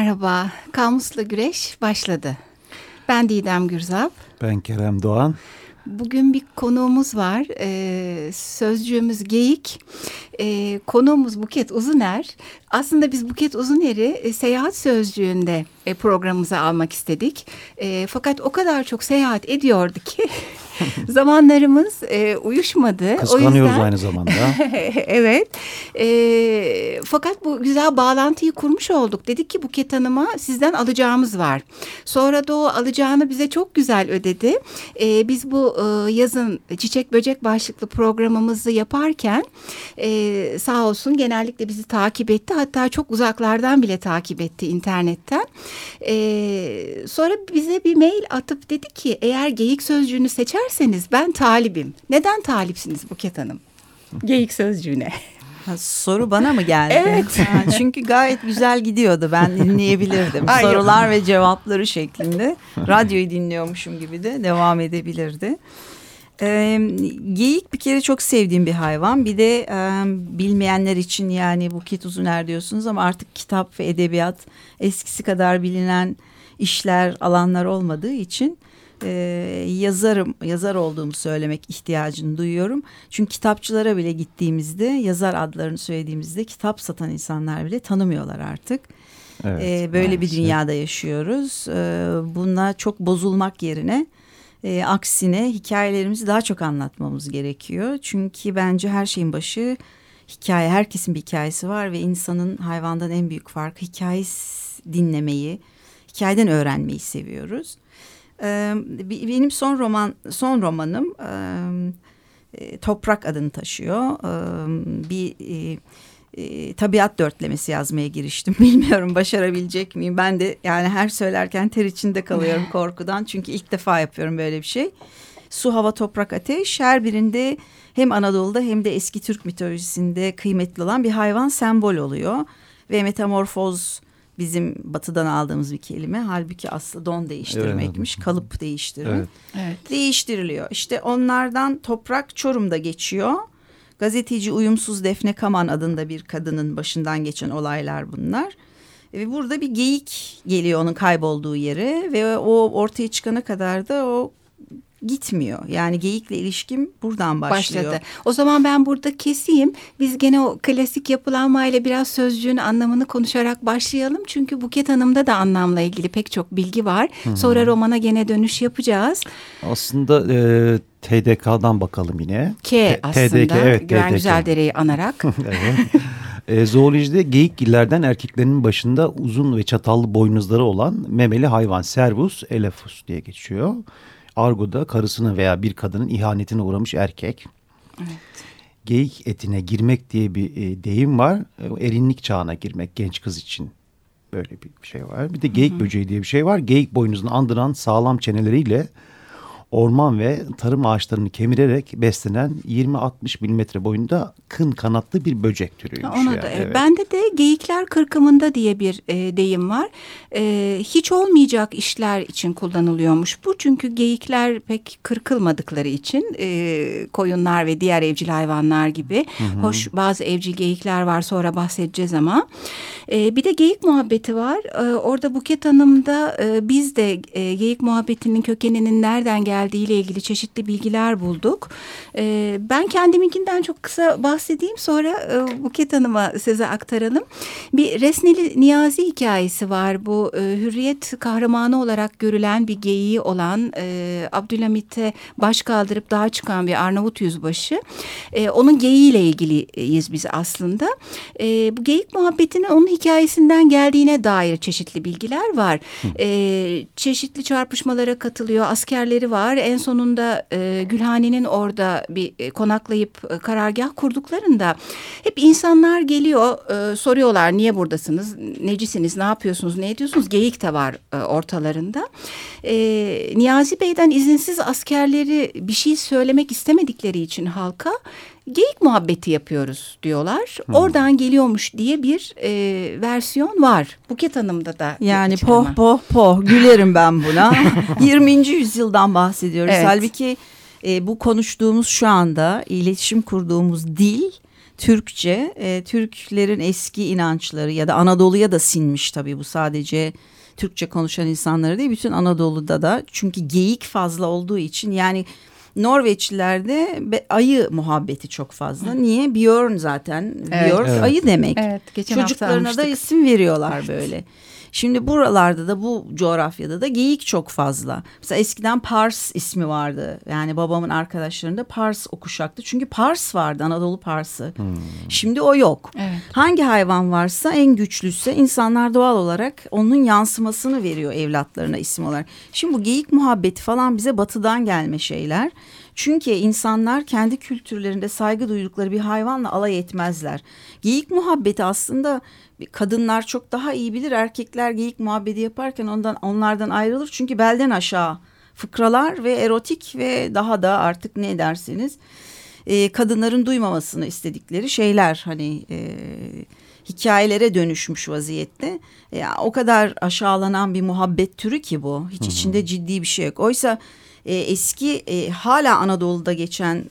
Merhaba, Kamusla Güreş başladı. Ben Didem Gürzap. Ben Kerem Doğan. Bugün bir konuğumuz var. Sözcüğümüz geyik. Konuğumuz Buket Uzuner. Aslında biz Buket Uzuner'i seyahat sözcüğünde programımıza almak istedik. Fakat o kadar çok seyahat ediyordu ki zamanlarımız uyuşmadı. Kıskanıyoruz o yüzden... aynı zamanda. Evet. Fakat bu güzel bağlantıyı kurmuş olduk. Dedik ki Buket Hanım'a sizden alacağımız var. Sonra da o alacağını bize çok güzel ödedi. Biz bu yazın Çiçek Böcek başlıklı programımızı yaparken sağ olsun genellikle bizi takip etti. Hatta çok uzaklardan bile takip etti internetten. Sonra bize bir mail atıp dedi ki eğer geyik sözcüğünü seçerseniz ben talibim. Neden talipsiniz Buket Hanım? Geyik sözcüğüne. Soru bana mı geldi? Evet. Çünkü gayet güzel gidiyordu. Ben dinleyebilirdim. Sorular ve cevapları şeklinde. Radyoyu dinliyormuşum gibi de devam edebilirdi. Geyik bir kere çok sevdiğim bir hayvan. Bir de bilmeyenler için yani Buket Uzuner diyorsunuz ama artık kitap ve edebiyat eskisi kadar bilinen işler, alanlar olmadığı için yazar olduğumu söylemek ihtiyacını duyuyorum. Çünkü kitapçılara bile gittiğimizde yazar adlarını söylediğimizde kitap satan insanlar bile tanımıyorlar artık. Evet, böyle bir dünyada yaşıyoruz. Buna çok bozulmak yerine aksine hikayelerimizi daha çok anlatmamız gerekiyor. Çünkü bence her şeyin başı hikaye. Herkesin bir hikayesi var ve insanın hayvandan en büyük farkı hikaye dinlemeyi, hikayeden öğrenmeyi seviyoruz. Benim son romanım Toprak adını taşıyor. Bir tabiat dörtlemesi yazmaya giriştim. Bilmiyorum başarabilecek miyim? Ben de yani her söylerken ter içinde kalıyorum korkudan. Çünkü ilk defa yapıyorum böyle bir şey. Su, hava, toprak, ateş her birinde hem Anadolu'da hem de eski Türk mitolojisinde kıymetli olan bir hayvan sembol oluyor. Ve metamorfoz bizim batıdan aldığımız bir kelime. Halbuki aslı don değiştirmekmiş. Evet. Kalıp değiştirmek. Evet. Evet. Değiştiriliyor. İşte onlardan Toprak Çorum'da geçiyor. Gazeteci uyumsuz Defne Kaman adında bir kadının başından geçen olaylar bunlar. Ve burada bir geyik geliyor onun kaybolduğu yere. Ve o ortaya çıkana kadar da o gitmiyor. Yani geyikle ilişkim buradan başladı. O zaman ben burada keseyim. Biz gene o klasik yapılanmayla biraz sözcüğün anlamını konuşarak başlayalım. Çünkü Buket Hanım'da da anlamla ilgili pek çok bilgi var. Sonra romana gene dönüş yapacağız. Aslında TDK'dan bakalım yine. Aslında TDK, evet, Güven Güzeldere'yi anarak. Evet. Zoolojide geyikgillerden erkeklerinin başında uzun ve çatallı boynuzları olan memeli hayvan Cervus elephus diye geçiyor. Argo'da karısına veya bir kadının ihanetine uğramış erkek. Evet. Geyik etine girmek diye bir deyim var. Erinlik çağına girmek genç kız için böyle bir şey var. Bir de geyik böceği diye bir şey var. Geyik boynuzunu andıran sağlam çeneleriyle orman ve tarım ağaçlarını kemirerek beslenen 20-60 milimetre boyunda kın kanatlı bir böcek türüymüş. Ona da, evet. Bende de geyikler kırkımında diye bir deyim var. Hiç olmayacak işler için kullanılıyormuş bu. Çünkü geyikler pek kırkılmadıkları için koyunlar ve diğer evcil hayvanlar gibi. Hoş bazı evcil geyikler var, sonra bahsedeceğiz ama. Bir de geyik muhabbeti var. Orada Buket Hanım'da biz de geyik muhabbetinin kökeninin nereden geldiğiyle ilgili çeşitli bilgiler bulduk. Ben kendiminkinden çok kısa bahsedeyim, sonra Buket Hanım'a söze aktaralım. Bir Resneli Niyazi hikayesi var. Bu hürriyet kahramanı olarak görülen bir geyiği olan Abdülhamit'e baş kaldırıp dağa çıkan bir Arnavut yüzbaşı. Onun geyiğiyle ilgiliyiz biz aslında. Bu geyik muhabbetinin onun hikayesinden geldiğine dair çeşitli bilgiler var. Çeşitli çarpışmalara katılıyor. Askerleri var. En sonunda Gülhane'nin orada bir konaklayıp karargah kurduklarında hep insanlar geliyor, soruyorlar niye buradasınız, necisiniz, ne yapıyorsunuz, ne ediyorsunuz? Geyik de var ortalarında. Niyazi Bey'den izinsiz askerleri bir şey söylemek istemedikleri için halka geyik muhabbeti yapıyoruz diyorlar. Oradan geliyormuş diye bir versiyon var. Buket Hanım'da da. Yani poh gülerim ben buna. 20. yüzyıldan bahsediyoruz. Evet. Halbuki bu konuştuğumuz şu anda iletişim kurduğumuz dil Türkçe, Türklerin eski inançları ya da Anadolu'ya da sinmiş tabii, bu sadece Türkçe konuşan insanları değil, bütün Anadolu'da da, çünkü geyik fazla olduğu için. Yani Norveçlilerde ayı muhabbeti çok fazla. Niye? Björn zaten. Evet. Björn ayı demek. Evet, geçen çocuklarına da isim veriyorlar böyle. Şimdi buralarda da, bu coğrafyada da geyik çok fazla. Mesela eskiden Pars ismi vardı. Yani babamın arkadaşlarında Pars okuşaktı. Çünkü Pars vardı, Anadolu Parsı. Şimdi o yok. Evet. Hangi hayvan varsa, en güçlüyse, insanlar doğal olarak onun yansımasını veriyor evlatlarına isim olarak. Şimdi bu geyik muhabbeti falan bize batıdan gelme şeyler. Çünkü insanlar kendi kültürlerinde saygı duydukları bir hayvanla alay etmezler. Geyik muhabbeti aslında kadınlar çok daha iyi bilir. Erkekler geyik muhabbeti yaparken onlardan ayrılır. Çünkü belden aşağı fıkralar ve erotik ve daha da artık ne derseniz kadınların duymamasını istedikleri şeyler, hani hikayelere dönüşmüş vaziyette. O kadar aşağılanan bir muhabbet türü ki bu. Hiç içinde ciddi bir şey yok. Oysa eski hala Anadolu'da geçen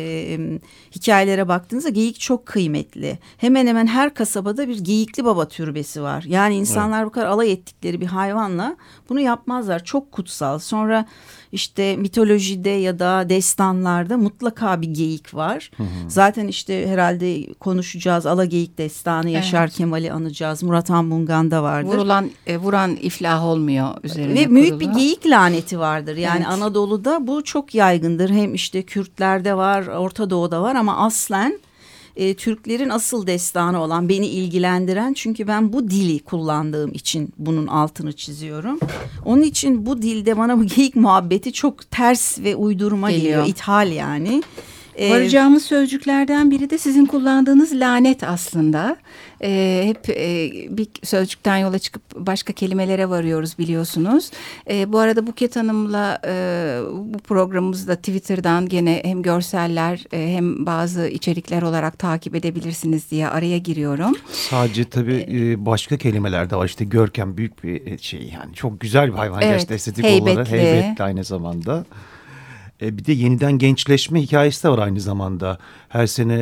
hikayelere baktığınızda geyik çok kıymetli. Hemen hemen her kasabada bir geyikli baba türbesi var. Yani insanlar bu kadar alay ettikleri bir hayvanla bunu yapmazlar. Çok kutsal. Sonra işte mitolojide ya da destanlarda mutlaka bir geyik var. Zaten işte herhalde konuşacağız. Alageyik destanı, Yaşar Kemal'i anacağız. Murat Han Mungan'da vardır. Vuran iflah olmuyor üzerine. Ve büyük bir geyik laneti vardır. Yani Anadolu'da bu çok yaygındır. Hem işte Kürtlerde var, Orta Doğu'da var ama aslen Türklerin asıl destanı olan, beni ilgilendiren, çünkü ben bu dili kullandığım için bunun altını çiziyorum. Onun için bu dilde bana bu geyik muhabbeti çok ters ve uydurma geliyor. İthal yani. Varacağımız sözcüklerden biri de sizin kullandığınız lanet aslında. Hep bir sözcükten yola çıkıp başka kelimelere varıyoruz biliyorsunuz. Bu arada Buket Hanım'la bu programımızda Twitter'dan gene hem görseller hem bazı içerikler olarak takip edebilirsiniz diye araya giriyorum. Sadece tabii başka kelimeler de var. İşte görkem büyük bir şey, yani çok güzel bir hayvan. Gerçekten estetik olarak heybetli aynı zamanda. Bir de yeniden gençleşme hikayesi de var aynı zamanda. Her sene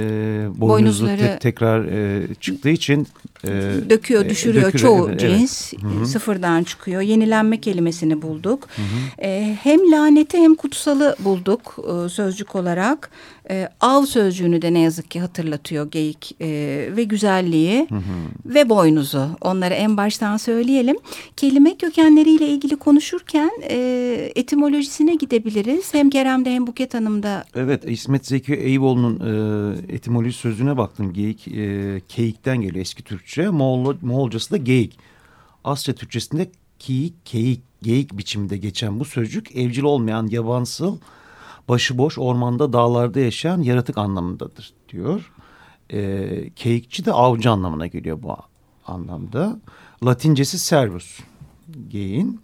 boynuzları tekrar çıktığı için döküyor, düşürüyor çoğu cins. Sıfırdan çıkıyor. Yenilenme kelimesini bulduk. Hem laneti hem kutsalı bulduk sözcük olarak. Av sözcüğünü de ne yazık ki hatırlatıyor geyik ve güzelliği ve boynuzu. Onları en baştan söyleyelim. Kelime kökenleriyle ilgili konuşurken etimolojisine gidebiliriz. Hem Kerem'de hem Buket Hanım'da. Evet, İsmet Zeki Eyüboğlu'nun etimoloji sözlüğüne baktım. Geyik keyikten geliyor eski Türkçe. Moğolcası da geyik. Asya Türkçesinde keyik, geyik biçiminde geçen bu sözcük evcil olmayan, yabansıl, başıboş, ormanda, dağlarda yaşayan yaratık anlamındadır diyor. Keyikçi de avcı anlamına geliyor bu anlamda. Latincesi servus, geyin.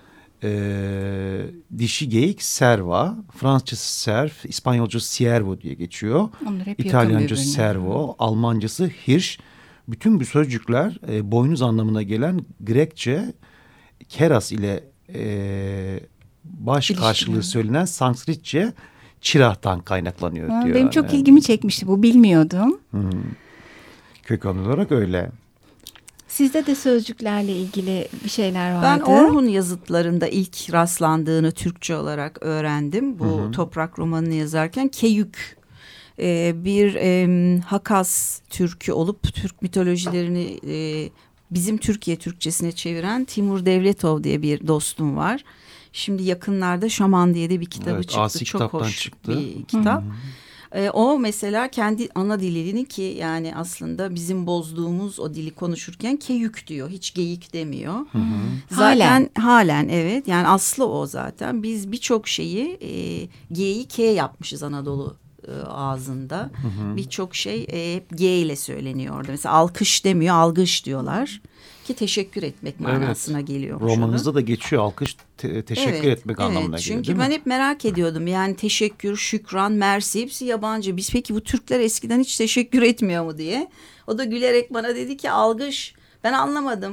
Dişi geyik serva, Fransızcası serf, İspanyolcası ciervo diye geçiyor. İtalyancası servo, Almancası hirsch. Bütün bu sözcükler boynuz anlamına gelen Grekçe keras ile baş karşılığı söylenen Sanskritçe çirahtan kaynaklanıyor diyor. Benim çok ilgimi çekmişti bu, bilmiyordum. Köken olarak öyle. Sizde de sözcüklerle ilgili bir şeyler vardı. Ben Orhun yazıtlarında ilk rastlandığını Türkçe olarak öğrendim. Bu Toprak romanını yazarken keyük bir Hakas Türkü olup Türk mitolojilerini bizim Türkiye Türkçesine çeviren Timur Devletov diye bir dostum var. Şimdi yakınlarda Şaman diye de bir kitabı çıktı. Çok hoş bir kitap. O mesela kendi ana dilini, ki yani aslında bizim bozduğumuz o dili konuşurken keyük diyor. Hiç geyik demiyor. Zaten halen evet, yani aslı o zaten. Biz birçok şeyi G'yi K yapmışız Anadolu ağzında. Birçok şey hep G ile söyleniyor orada. Mesela alkış demiyor, algış diyorlar. Ki teşekkür etmek manasına geliyor. Romanınızda da geçiyor, alkış teşekkür etmek anlamına geliyor. Çünkü ben hep merak ediyordum. Yani teşekkür, şükran, mersi hepsi yabancı. Biz peki bu Türkler eskiden hiç teşekkür etmiyor mu diye. O da gülerek bana dedi ki algış. Ben anlamadım.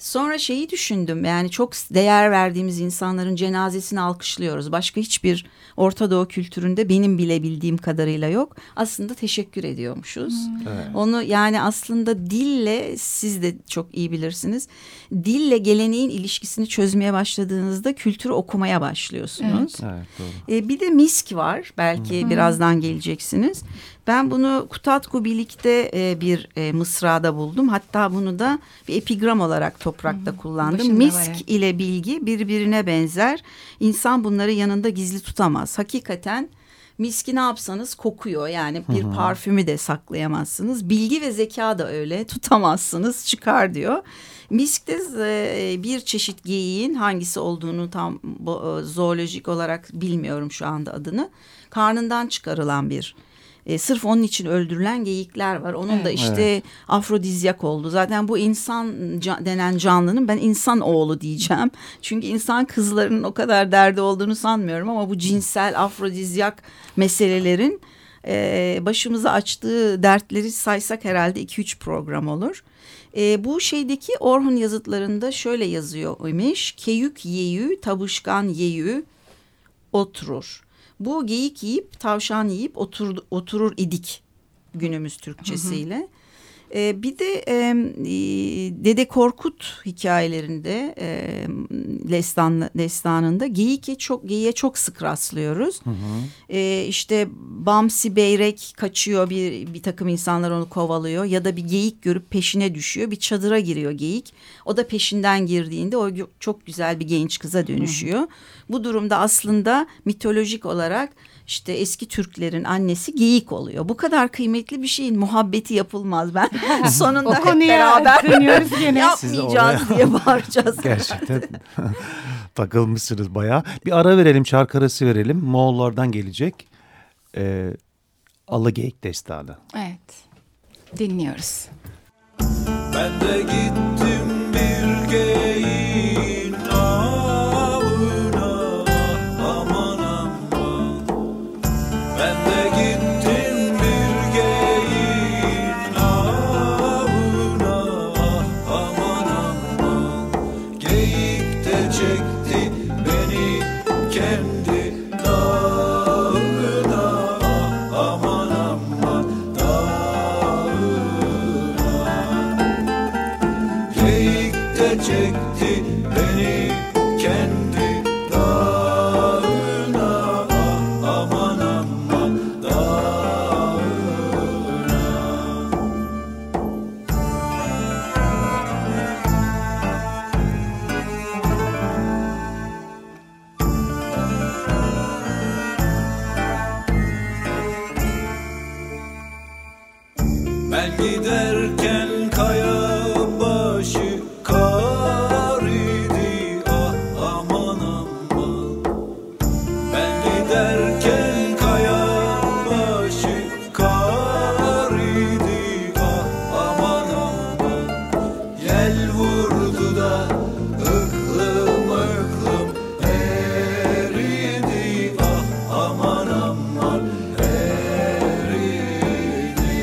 Sonra şeyi düşündüm, yani çok değer verdiğimiz insanların cenazesini alkışlıyoruz. Başka hiçbir Orta Doğu kültüründe benim bile bildiğim kadarıyla yok. Aslında teşekkür ediyormuşuz. Evet. Onu yani aslında dille, siz de çok iyi bilirsiniz. Dille geleneğin ilişkisini çözmeye başladığınızda kültürü okumaya başlıyorsunuz. Evet, doğru. Bir de misk var, belki birazdan geleceksiniz. Ben bunu Kutatku Bilik'te bir mısrada buldum. Hatta bunu da bir epigram olarak toprakta kullandım. Başında Misk var, ile bilgi birbirine benzer. İnsan bunları yanında gizli tutamaz. Hakikaten miski ne yapsanız kokuyor. Yani bir parfümü de saklayamazsınız. Bilgi ve zeka da öyle, tutamazsınız, çıkar diyor. Misk de bir çeşit geyiğin, hangisi olduğunu tam zoolojik olarak bilmiyorum şu anda adını, karnından çıkarılan bir, sırf onun için öldürülen geyikler var. Onun da işte afrodizyak oldu. Zaten bu insan denen canlının, ben insan oğlu diyeceğim. Çünkü insan kızlarının o kadar derdi olduğunu sanmıyorum, ama bu cinsel afrodizyak meselelerin başımıza açtığı dertleri saysak herhalde 2-3 program olur. Bu şeydeki Orhun yazıtlarında şöyle yazıyor imiş: keyük yeyü, tabuşkan yeyü oturur. Bu geyik yiyip, tavşan yiyip oturur idik günümüz Türkçesiyle. Bir de Dede Korkut hikayelerinde, destanında geyiğe çok sık rastlıyoruz. İşte Bamsi Beyrek kaçıyor, bir takım insanlar onu kovalıyor, ya da bir geyik görüp peşine düşüyor, bir çadıra giriyor geyik. O da peşinden girdiğinde o çok güzel bir genç kıza dönüşüyor. Bu durumda aslında mitolojik olarak işte eski Türklerin annesi geyik oluyor. Bu kadar kıymetli bir şeyin muhabbeti yapılmaz. Ben sonunda hep beraber yapmayacağız diye bağıracağız. Gerçekten takılmışsınız bayağı. Bir ara verelim, şarkı arası verelim. Moğollardan gelecek Alıgeyik Destanı. Evet, dinliyoruz. Ben de gittim bir geyiğin avına, aman aman. Ben de gittim bir geyiğin avına, aman aman. Geyik de çekti beni kendi dağına, aman aman, dağına. Geyik de çekti beni kendi dağına, aman aman, dağına. Ben giderken kaya başı kar idi, ah aman aman. Ben giderken kaya başı kar idi, ah aman aman. Yel vurdu da ıklım ıklım eridi, ah aman aman, eridi.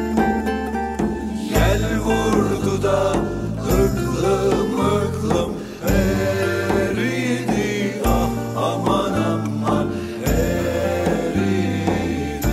Yel vurdu da ıklım ıklım eridi, ah aman aman, eridi.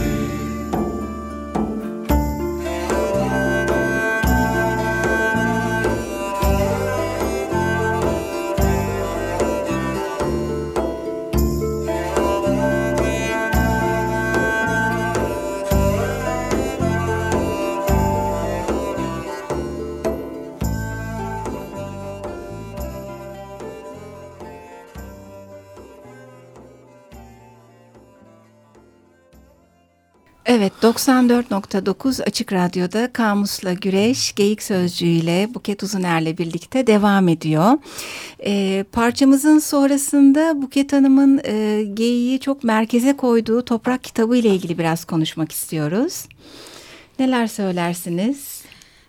Evet, 94.9 Açık Radyo'da Kamus'la Güreş, Geyik Sözcüğü'yle Buket Uzuner'le birlikte devam ediyor. Parçamızın sonrasında Buket Hanım'ın geyiği çok merkeze koyduğu Toprak kitabı ile ilgili biraz konuşmak istiyoruz. Neler söylersiniz?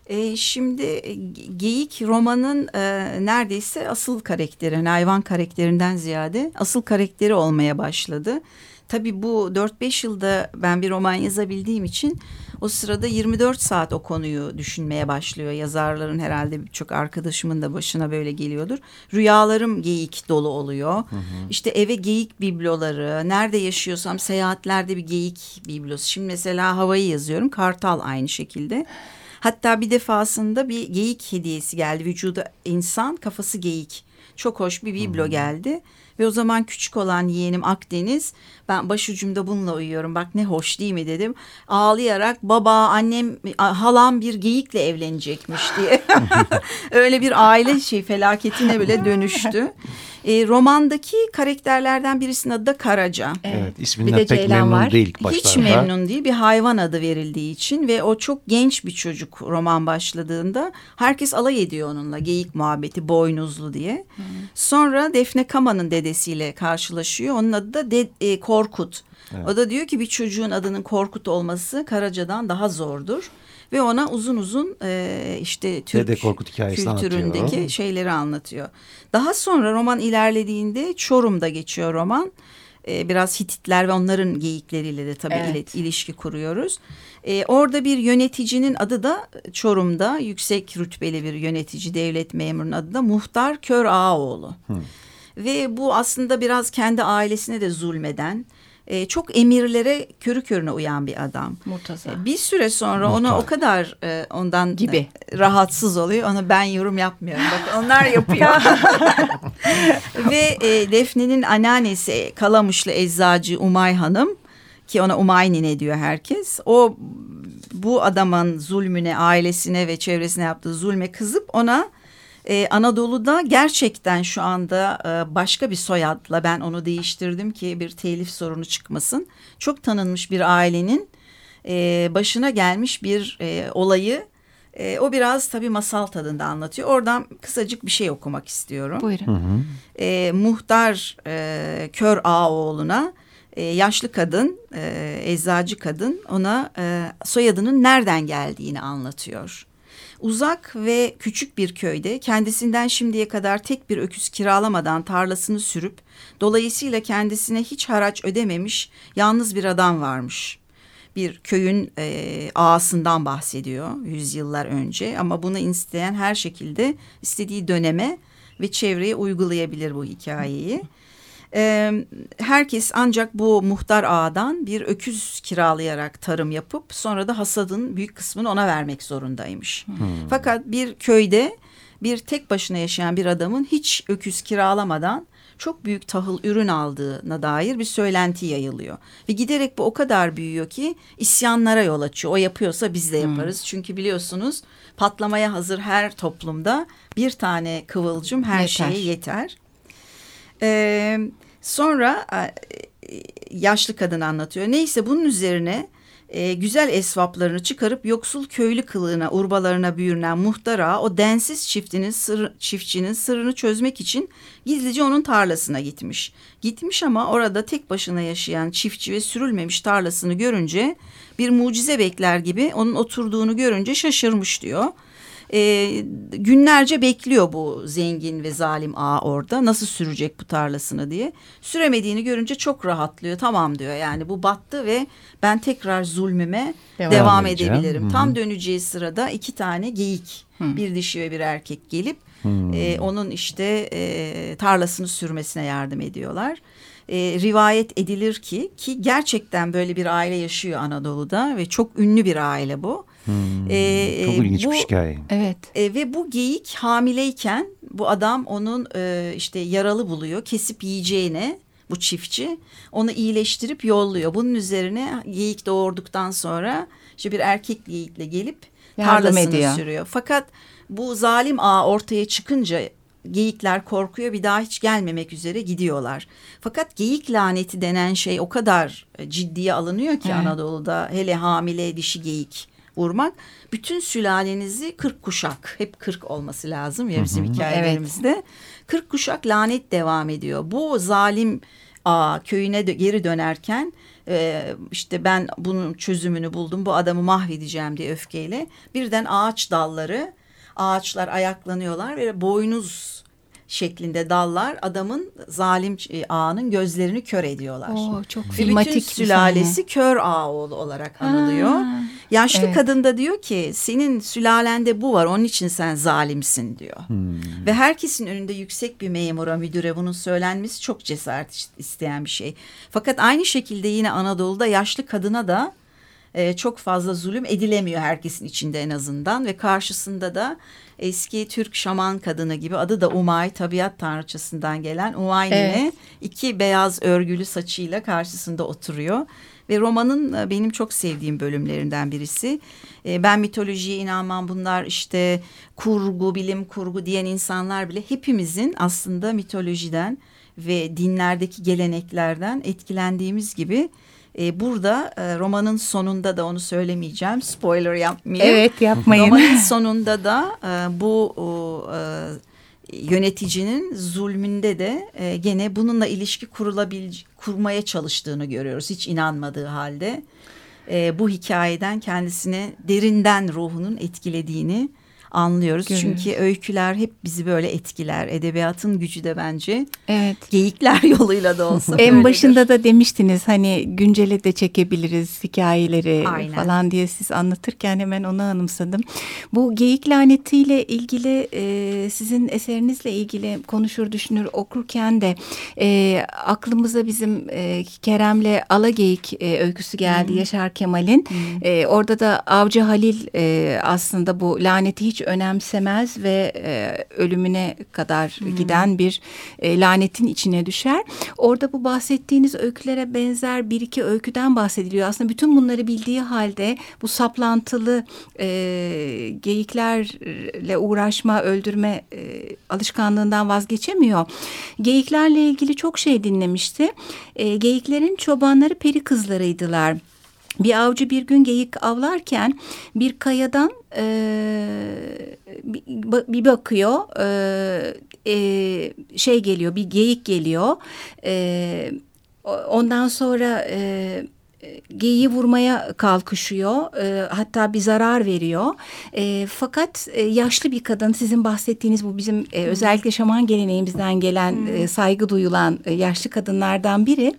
Şimdi geyik romanın neredeyse asıl karakteri, yani hayvan karakterinden ziyade asıl karakteri olmaya başladı. Tabii bu 4-5 yılda ben bir roman yazabildiğim için o sırada 24 saat o konuyu düşünmeye başlıyor. Yazarların herhalde birçok arkadaşımın da başına böyle geliyordur. Rüyalarım geyik dolu oluyor. Hı hı. İşte eve geyik bibloları, nerede yaşıyorsam seyahatlerde bir geyik biblosu. Şimdi mesela havayı yazıyorum, kartal aynı şekilde. Hatta bir defasında bir geyik hediyesi geldi. Vücuda insan, kafası geyik. Çok hoş bir biblo geldi. Ve o zaman küçük olan yeğenim Akdeniz, ben başucumda bununla uyuyorum, bak ne hoş değil mi dedim. Ağlayarak baba, annem, halam bir geyikle evlenecekmiş diye. Öyle bir aile felaketine bile dönüştü. Romandaki karakterlerden birisinin adı da Karaca. Evet, isminden pek memnun değil ilk başlarda. Hiç memnun değil, bir hayvan adı verildiği için ve o çok genç bir çocuk roman başladığında. Herkes alay ediyor onunla, geyik muhabbeti, boynuzlu diye. Sonra Defne Kama'nın dedesiyle karşılaşıyor, onun adı da Korkut. Evet. O da diyor ki bir çocuğun adının Korkut olması Karaca'dan daha zordur. Ve ona uzun uzun işte Türk kültüründeki şeyleri anlatıyor. Daha sonra roman ilerlediğinde Çorum'da geçiyor roman. Biraz Hititler ve onların geyikleriyle de tabii ilişki kuruyoruz. Orada bir yöneticinin adı da Çorum'da yüksek rütbeli bir yönetici, devlet memurunun adı da Muhtar Kör Ağaoğlu. Ve bu aslında biraz kendi ailesine de zulmeden, çok emirlere körü körüne uyan bir adam. Murtaza. Bir süre sonra ona o kadar ondan rahatsız oluyor. Ona ben yorum yapmıyorum. Bak onlar yapıyor. Ve Defne'nin anneannesi Kalamışlı eczacı Umay Hanım, ki ona Umay nine diyor herkes. O bu adamın zulmüne, ailesine ve çevresine yaptığı zulme kızıp ona Anadolu'da gerçekten şu anda başka bir soyadla, ben onu değiştirdim ki bir telif sorunu çıkmasın, çok tanınmış bir ailenin başına gelmiş bir olayı o biraz tabii masal tadında anlatıyor. Oradan kısacık bir şey okumak istiyorum. Buyurun. Muhtar Kör Ağaoğlu'na yaşlı kadın, eczacı kadın ona soyadının nereden geldiğini anlatıyor. Uzak ve küçük bir köyde kendisinden şimdiye kadar tek bir öküz kiralamadan tarlasını sürüp dolayısıyla kendisine hiç haraç ödememiş yalnız bir adam varmış. Bir köyün ağasından bahsediyor yüzyıllar önce, ama bunu isteyen her şekilde istediği döneme ve çevreye uygulayabilir bu hikayeyi. Herkes ancak bu muhtar ağadan bir öküz kiralayarak tarım yapıp sonra da hasadın büyük kısmını ona vermek zorundaymış. Fakat bir köyde bir tek başına yaşayan bir adamın hiç öküz kiralamadan çok büyük tahıl ürün aldığına dair bir söylenti yayılıyor. Ve giderek bu o kadar büyüyor ki isyanlara yol açıyor. O yapıyorsa biz de yaparız. Çünkü biliyorsunuz patlamaya hazır her toplumda bir tane kıvılcım her şeye yeter. Sonra yaşlı kadın anlatıyor. Neyse bunun üzerine güzel esvaplarını çıkarıp yoksul köylü kılığına, urbalarına bürünen muhtar ağa o densiz çiftçinin sırrını çözmek için gizlice onun tarlasına gitmiş. Gitmiş ama orada tek başına yaşayan çiftçi ve sürülmemiş tarlasını görünce bir mucize bekler gibi onun oturduğunu görünce şaşırmış diyor. Günlerce bekliyor bu zengin ve zalim ağa orada, nasıl sürecek bu tarlasını diye. Süremediğini görünce çok rahatlıyor. Tamam diyor, yani bu battı ve ben tekrar zulmüme devam edebilirim. Tam döneceği sırada 2 tane geyik, bir dişi ve bir erkek gelip onun işte tarlasını sürmesine yardım ediyorlar. Rivayet edilir ki gerçekten böyle bir aile yaşıyor Anadolu'da ve çok ünlü bir aile bu. Çok ilginç bir hikaye. Evet. Ve bu geyik hamileyken bu adam onun işte yaralı buluyor, kesip yiyeceğine bu çiftçi onu iyileştirip yolluyor. Bunun üzerine geyik doğurduktan sonra işte bir erkek geyikle gelip tarlasını sürüyor. Fakat bu zalim ağa ortaya çıkınca geyikler korkuyor, bir daha hiç gelmemek üzere gidiyorlar. Fakat geyik laneti denen şey o kadar ciddiye alınıyor ki Anadolu'da, hele hamile dişi geyik vurmak, bütün sülalenizi 40 kuşak, hep 40 olması lazım ya bizim hikayelerimizde. 40 kuşak lanet devam ediyor. Bu zalim ağa köyüne geri dönerken işte ben bunun çözümünü buldum, bu adamı mahvedeceğim diye öfkeyle birden ağaçlar ayaklanıyorlar ve boynuz şeklinde dallar adamın zalim ağanın gözlerini kör ediyorlar. Çok Ve filmatik bütün sülalesi kör ağa oğlu olarak anılıyor. Yaşlı kadın da diyor ki senin sülalende bu var, onun için sen zalimsin diyor. Ve herkesin önünde yüksek bir memura, müdüre bunun söylenmesi çok cesaret isteyen bir şey. Fakat aynı şekilde yine Anadolu'da yaşlı kadına da çok fazla zulüm edilemiyor, herkesin içinde en azından. Ve karşısında da eski Türk şaman kadını gibi, adı da Umay, tabiat tanrıçasından gelen Umay nene, iki beyaz örgülü saçıyla karşısında oturuyor. Ve romanın benim çok sevdiğim bölümlerinden birisi. Ben mitolojiye inanmam, bunlar işte kurgu, bilim kurgu diyen insanlar bile hepimizin aslında mitolojiden ve dinlerdeki geleneklerden etkilendiğimiz gibi burada romanın sonunda da, onu söylemeyeceğim, spoiler yapmayayım. Evet, yapmayın. Romanın sonunda da bu yöneticinin zulmünde de gene bununla ilişki kurmaya çalıştığını görüyoruz. Hiç inanmadığı halde bu hikayeden kendisine derinden ruhunun etkilediğini anlıyoruz. Görüyoruz. Çünkü öyküler hep bizi böyle etkiler. Edebiyatın gücü de bence geyikler yoluyla da olsa en başında da demiştiniz hani güncele de çekebiliriz hikayeleri falan diye, siz anlatırken hemen onu anımsadım. Bu geyik lanetiyle ilgili sizin eserinizle ilgili konuşur düşünür okurken de aklımıza bizim Kerem'le Alageyik öyküsü geldi. Yaşar Kemal'in. Orada da Avcı Halil aslında bu laneti hiç önemsemez ve ölümüne kadar giden bir lanetin içine düşer. Orada bu bahsettiğiniz öykülere benzer bir iki öyküden bahsediliyor. Aslında bütün bunları bildiği halde bu saplantılı geyiklerle uğraşma, öldürme alışkanlığından vazgeçemiyor. Geyiklerle ilgili çok şey dinlemişti. Geyiklerin çobanları peri kızlarıydılar. Bir avcı bir gün geyik avlarken bir kayadan bir bakıyor, şey geliyor, bir geyik geliyor. Ondan sonra geyiği vurmaya kalkışıyor, hatta bir zarar veriyor. Fakat yaşlı bir kadın, sizin bahsettiğiniz bu bizim özellikle şaman geleneğimizden gelen saygı duyulan yaşlı kadınlardan biri.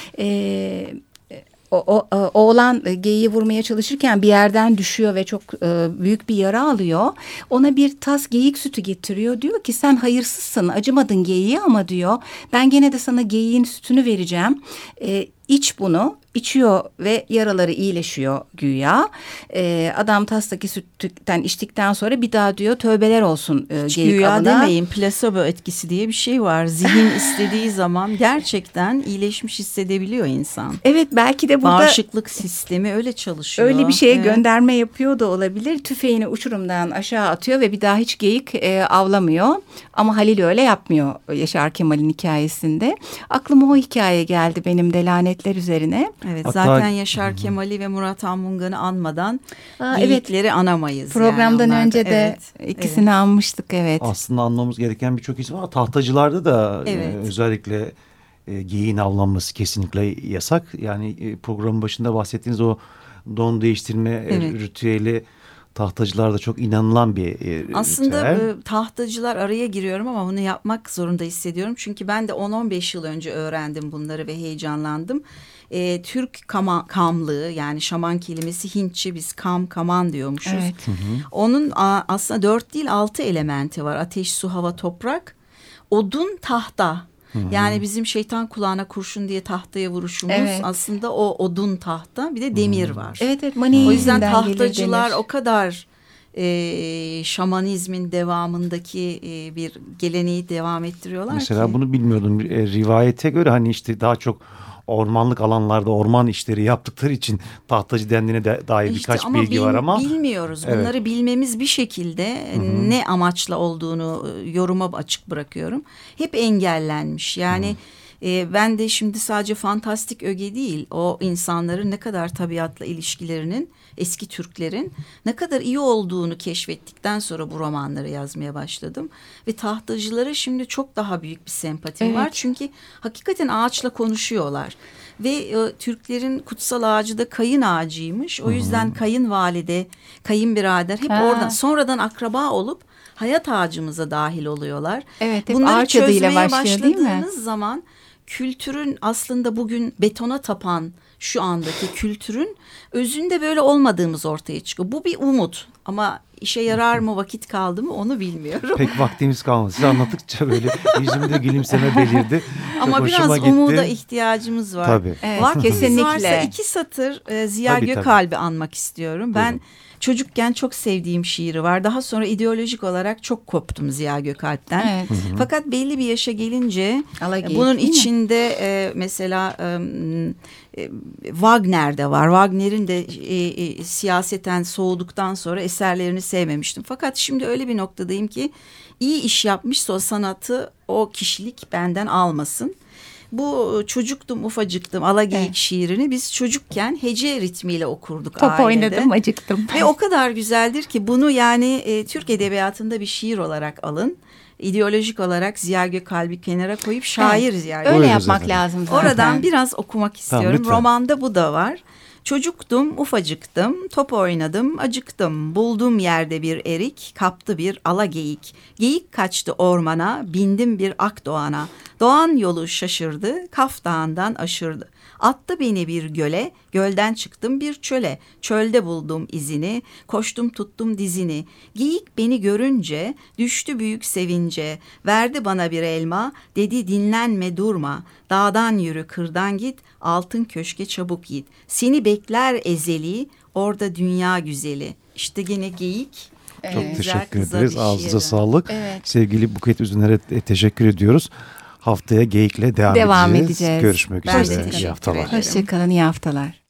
Oğlan geyiği vurmaya çalışırken bir yerden düşüyor ve çok büyük bir yara alıyor. Ona bir tas geyik sütü getiriyor. Diyor ki sen hayırsızsın, acımadın geyiği ama diyor ben gene de sana geyiğin sütünü vereceğim. İç bunu. İçiyor ve yaraları iyileşiyor güya. Adam tastaki sütten içtikten sonra bir daha diyor tövbeler olsun geyik güya avına. Demeyin, plasebo etkisi diye bir şey var. Zihin istediği zaman gerçekten iyileşmiş hissedebiliyor insan. Evet, belki de burada bağışıklık sistemi öyle çalışıyor. Öyle bir şeye gönderme yapıyor da olabilir. Tüfeğini uçurumdan aşağı atıyor ve bir daha hiç geyik avlamıyor. Ama Halil öyle yapmıyor Yaşar Kemal'in hikayesinde. Aklıma o hikaye geldi benim de, lanetler üzerine. Evet, zaten Yaşar Kemal'i ve Murat Anmungan'ı anmadan geyikleri anamayız. Programdan yani önce de ikisini anmıştık. Evet. Aslında anmamız gereken birçok isim var. Tahtacılarda da özellikle geyiğin avlanması kesinlikle yasak. Yani programın başında bahsettiğiniz o don değiştirme ritüeli tahtacılarda çok inanılan bir aslında tahtacılar, araya giriyorum ama bunu yapmak zorunda hissediyorum. Çünkü ben de 10-15 yıl önce öğrendim bunları ve heyecanlandım. Türk kamlığı, yani şaman kelimesi Hintçe, biz kaman diyormuşuz. Evet. Onun aslında 4 değil 6 elementi var. Ateş, su, hava, toprak, odun, tahta. Yani bizim şeytan kulağına kurşun diye tahtaya vuruşumuz aslında o odun tahta, bir de demir var. Evet, o yüzden tahtacılar o kadar şamanizmin devamındaki bir geleneği devam ettiriyorlar. Mesela bunu bilmiyordum. Rivayete göre hani işte daha çok ormanlık alanlarda orman işleri yaptıkları için tahtacı dendiğine dair birkaç bilgi var ama bilmiyoruz. Bunları bilmemiz bir şekilde ne amaçla olduğunu yoruma açık bırakıyorum. Hep engellenmiş. Yani Ben de şimdi sadece fantastik öge değil, o insanların ne kadar tabiatla ilişkilerinin, eski Türklerin ne kadar iyi olduğunu keşfettikten sonra bu romanları yazmaya başladım. Ve tahtacılara şimdi çok daha büyük bir sempatim var. Çünkü hakikaten ağaçla konuşuyorlar. Ve Türklerin kutsal ağacı da kayın ağacıymış. O yüzden kayınvalide, kayınbirader hep oradan sonradan akraba olup hayat ağacımıza dahil oluyorlar. Evet, hep bunları ağaç adıyla çözmeye başlıyor, değil mi? başladığınız zaman kültürün aslında bugün betona tapan şu andaki kültürün özünde böyle olmadığımız ortaya çıkıyor. Bu bir umut ama işe yarar mı, vakit kaldı mı onu bilmiyorum. Pek vaktimiz kalmadı. Siz anlattıkça böyle yüzümde gülümseme belirdi. Ama Çok biraz hoşuma gitti. umuda ihtiyacımız var. Tabii. Evet, Vaktimiz kesinlikle. varsa 2 satır Ziya Tabii, Gökalp'i anmak istiyorum. Ben Buyurun. çocukken çok sevdiğim şiiri var. Daha sonra ideolojik olarak çok koptum Ziya Gökalp'ten. Evet. Fakat belli bir yaşa gelince Alageyik, bunun değil mi? içinde mesela Wagner de var. Wagner'in de siyaseten soğuduktan sonra eserlerini sevmemiştim. Fakat şimdi öyle bir noktadayım ki iyi iş yapmışsa o sanatı, o kişilik benden almasın. Bu çocuktum ufacıktım Alageyik şiirini biz çocukken hece ritmiyle okurduk Top ailede. oynadım, acıktım. Ve o kadar güzeldir ki bunu yani Türk edebiyatında bir şiir olarak alın. İdeolojik olarak Ziya Gökalp'i kenara koyup şair Ziya Gökalp. Öyle Buyurunuz yapmak efendim. lazım zaten. Oradan biraz okumak istiyorum. lütfen. Romanda bu da var. Çocuktum, ufacıktım, top oynadım, acıktım. Buldum yerde bir erik, kaptı bir alageyik. Geyik kaçtı ormana, bindim bir akdoğana. Doğan yolu şaşırdı, Kaf Dağı'ndan aşırdı. Attı beni bir göle, gölden çıktım bir çöle. Çölde buldum izini, koştum tuttum dizini. Geyik beni görünce, düştü büyük sevince. Verdi bana bir elma, dedi dinlenme durma. Dağdan yürü kırdan git, altın köşke çabuk git. Seni bekler ezeli, orada dünya güzeli. İşte gene geyik. Çok Güzel teşekkür kıza ederiz. bir Ağzınıza şiiri. sağlık. Evet. Sevgili Buket Üzüner'e teşekkür ediyoruz. Haftaya Geyik'le devam Devam edeceğiz. edeceğiz. Görüşmek Ben de üzere. teşekkür İyi haftalar. ederim. Hoşçakalın, iyi haftalar.